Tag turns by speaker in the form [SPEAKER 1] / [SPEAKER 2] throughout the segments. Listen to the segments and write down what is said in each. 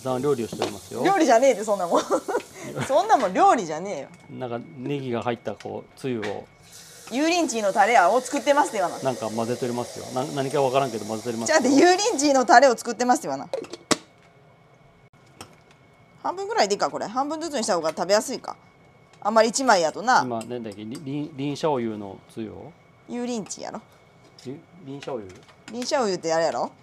[SPEAKER 1] ん料理をしておりますよ。
[SPEAKER 2] 料理じゃねえでそんなもんそんなもん料理じゃねえよ。
[SPEAKER 1] なんかネギが入ったこうつゆを
[SPEAKER 2] 油淋鶏のタレを作ってますって言わな。
[SPEAKER 1] なんか混ぜておりますよ。何かわからんけど混ぜておりますよ。
[SPEAKER 2] じゃあ油淋鶏のタレを作ってますって言わな。半分ぐらいでいいかこれ。半分ずつにした方が食べやすいか。あんまり一枚やとな。
[SPEAKER 1] 今なんだっけリンシャオユのつゆを
[SPEAKER 2] 油淋鶏やろ。
[SPEAKER 1] リンシャオユ
[SPEAKER 2] リンシャオユってあれやろ。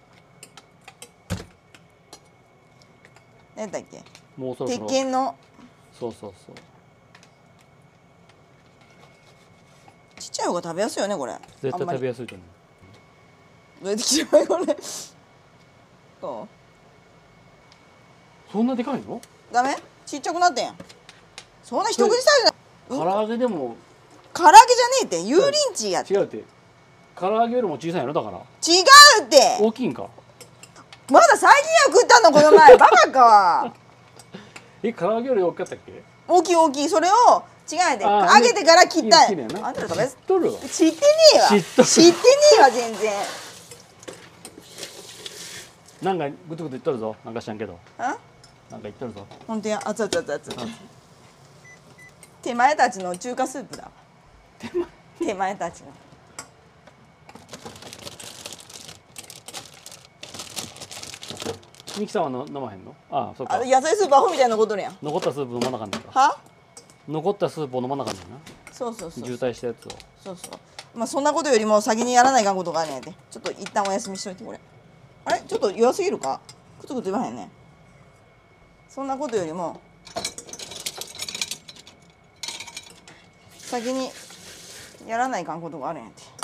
[SPEAKER 2] 何だっけ。
[SPEAKER 1] もうそろそろ
[SPEAKER 2] 鉄拳の
[SPEAKER 1] そうそうそう
[SPEAKER 2] ちっちゃい方が食べやすいよねこれ。
[SPEAKER 1] 絶対食べやすいと思う。
[SPEAKER 2] どうやって切ればいいこれ。こ
[SPEAKER 1] そんなでかいの？
[SPEAKER 2] うダメ？ちっちゃくなってんやん。そんな一口サイズ
[SPEAKER 1] 唐揚げでも
[SPEAKER 2] 唐揚げじゃねえって油淋鶏やって。
[SPEAKER 1] 違うって唐揚げよりも小さいのだから
[SPEAKER 2] 違うって
[SPEAKER 1] 大きいんか。
[SPEAKER 2] まだ最近は食ったのこの前バカか。
[SPEAKER 1] 唐揚げより大きかったっけ？
[SPEAKER 2] 大きい大きいそれを違うで
[SPEAKER 1] あー
[SPEAKER 2] 揚げてから切ったんや。
[SPEAKER 1] 切るやな
[SPEAKER 2] あんたら食べ
[SPEAKER 1] 知っとるわ。
[SPEAKER 2] 知ってねえわ。
[SPEAKER 1] 知っとる
[SPEAKER 2] 知ってねえわ全然。
[SPEAKER 1] なんかグツグツいっとるぞ。なんか知らんけど
[SPEAKER 2] あ
[SPEAKER 1] なんかいっとるぞ。
[SPEAKER 2] ほんとや熱々熱々。手前たちの中華スープだわ。手前たちの。
[SPEAKER 1] ミキさんは飲まへんの？ああそうか。
[SPEAKER 2] 野菜スープアホみたいなことるやん。
[SPEAKER 1] 残ったスープ飲まなかんねんか。
[SPEAKER 2] は？
[SPEAKER 1] 残ったスープを飲まなかんねんな。
[SPEAKER 2] そうそうそう。
[SPEAKER 1] 渋滞したやつを。
[SPEAKER 2] そうそう。まあそんなことよりも先にやらないかんことがあるんやで。ちょっと一旦お休みしといてこれ。あれちょっと弱すぎるか？くつくつ言わへんね。そんなことよりも先にやらないかんことがあるんやて。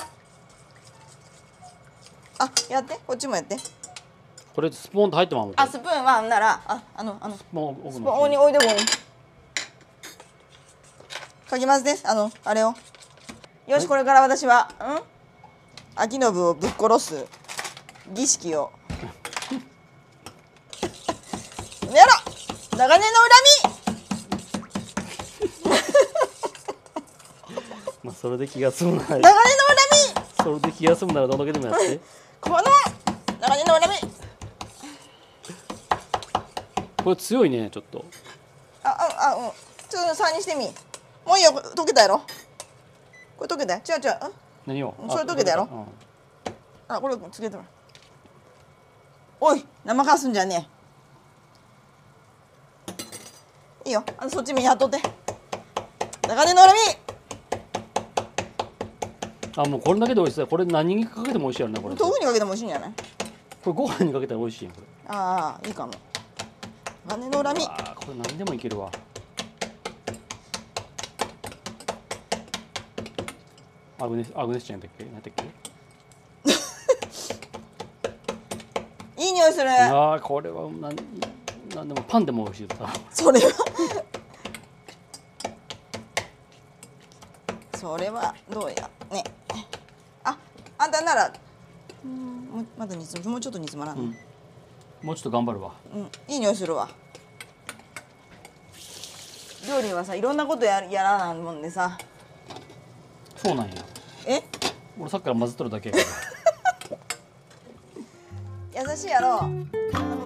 [SPEAKER 2] あ、やってこっちもやって。
[SPEAKER 1] これスポーンと入ってまうもん。
[SPEAKER 2] あ、スプーンはなら
[SPEAKER 1] スポーン奥
[SPEAKER 2] スプーン
[SPEAKER 1] の。
[SPEAKER 2] おに置いてこい。かきますね。あれを。よし、これから私は、秋信をぶっ殺す儀式を。やろ。長年の恨み。
[SPEAKER 1] まあそれで気が済むなら。
[SPEAKER 2] 長年の恨み。
[SPEAKER 1] それで気が済むならどんだけでもやって。
[SPEAKER 2] この長年の恨み。
[SPEAKER 1] これ強いねちょっと。
[SPEAKER 2] ちょっと3にしてみ。もういいよ、溶けたやろ。これ溶けたよ。違う違う。
[SPEAKER 1] 何を？
[SPEAKER 2] それ溶けたやろ。
[SPEAKER 1] うん
[SPEAKER 2] これつけてもらう。おい、生かすんじゃねえ。いいよ、そっち見やっとって。長年の恨み。
[SPEAKER 1] あ、もうこれだけで美味しそう。これ何にかけても美味しいやろねこれ。
[SPEAKER 2] 豆腐にかけても美味しいんじゃない？
[SPEAKER 1] これご飯にかけたら美味しいやんこれ。
[SPEAKER 2] ああ、いいかも。長年の恨み。
[SPEAKER 1] ああこれ何でもいけるわ。アグネスちゃんやったっけ？何やったっけ？
[SPEAKER 2] いい匂いする。
[SPEAKER 1] ああこれはなんでもパンでも美味しいさ。
[SPEAKER 2] それはそれはどうやね。あんたならまだもうちょっと煮詰まらんの。
[SPEAKER 1] もうちょっと頑張るわ。
[SPEAKER 2] いい匂いするわ。料理はさいろんなことやらないもんでさ。
[SPEAKER 1] そうなんや。
[SPEAKER 2] え？
[SPEAKER 1] 俺さっきから混ぜとるだけやから。
[SPEAKER 2] 優しいやろ。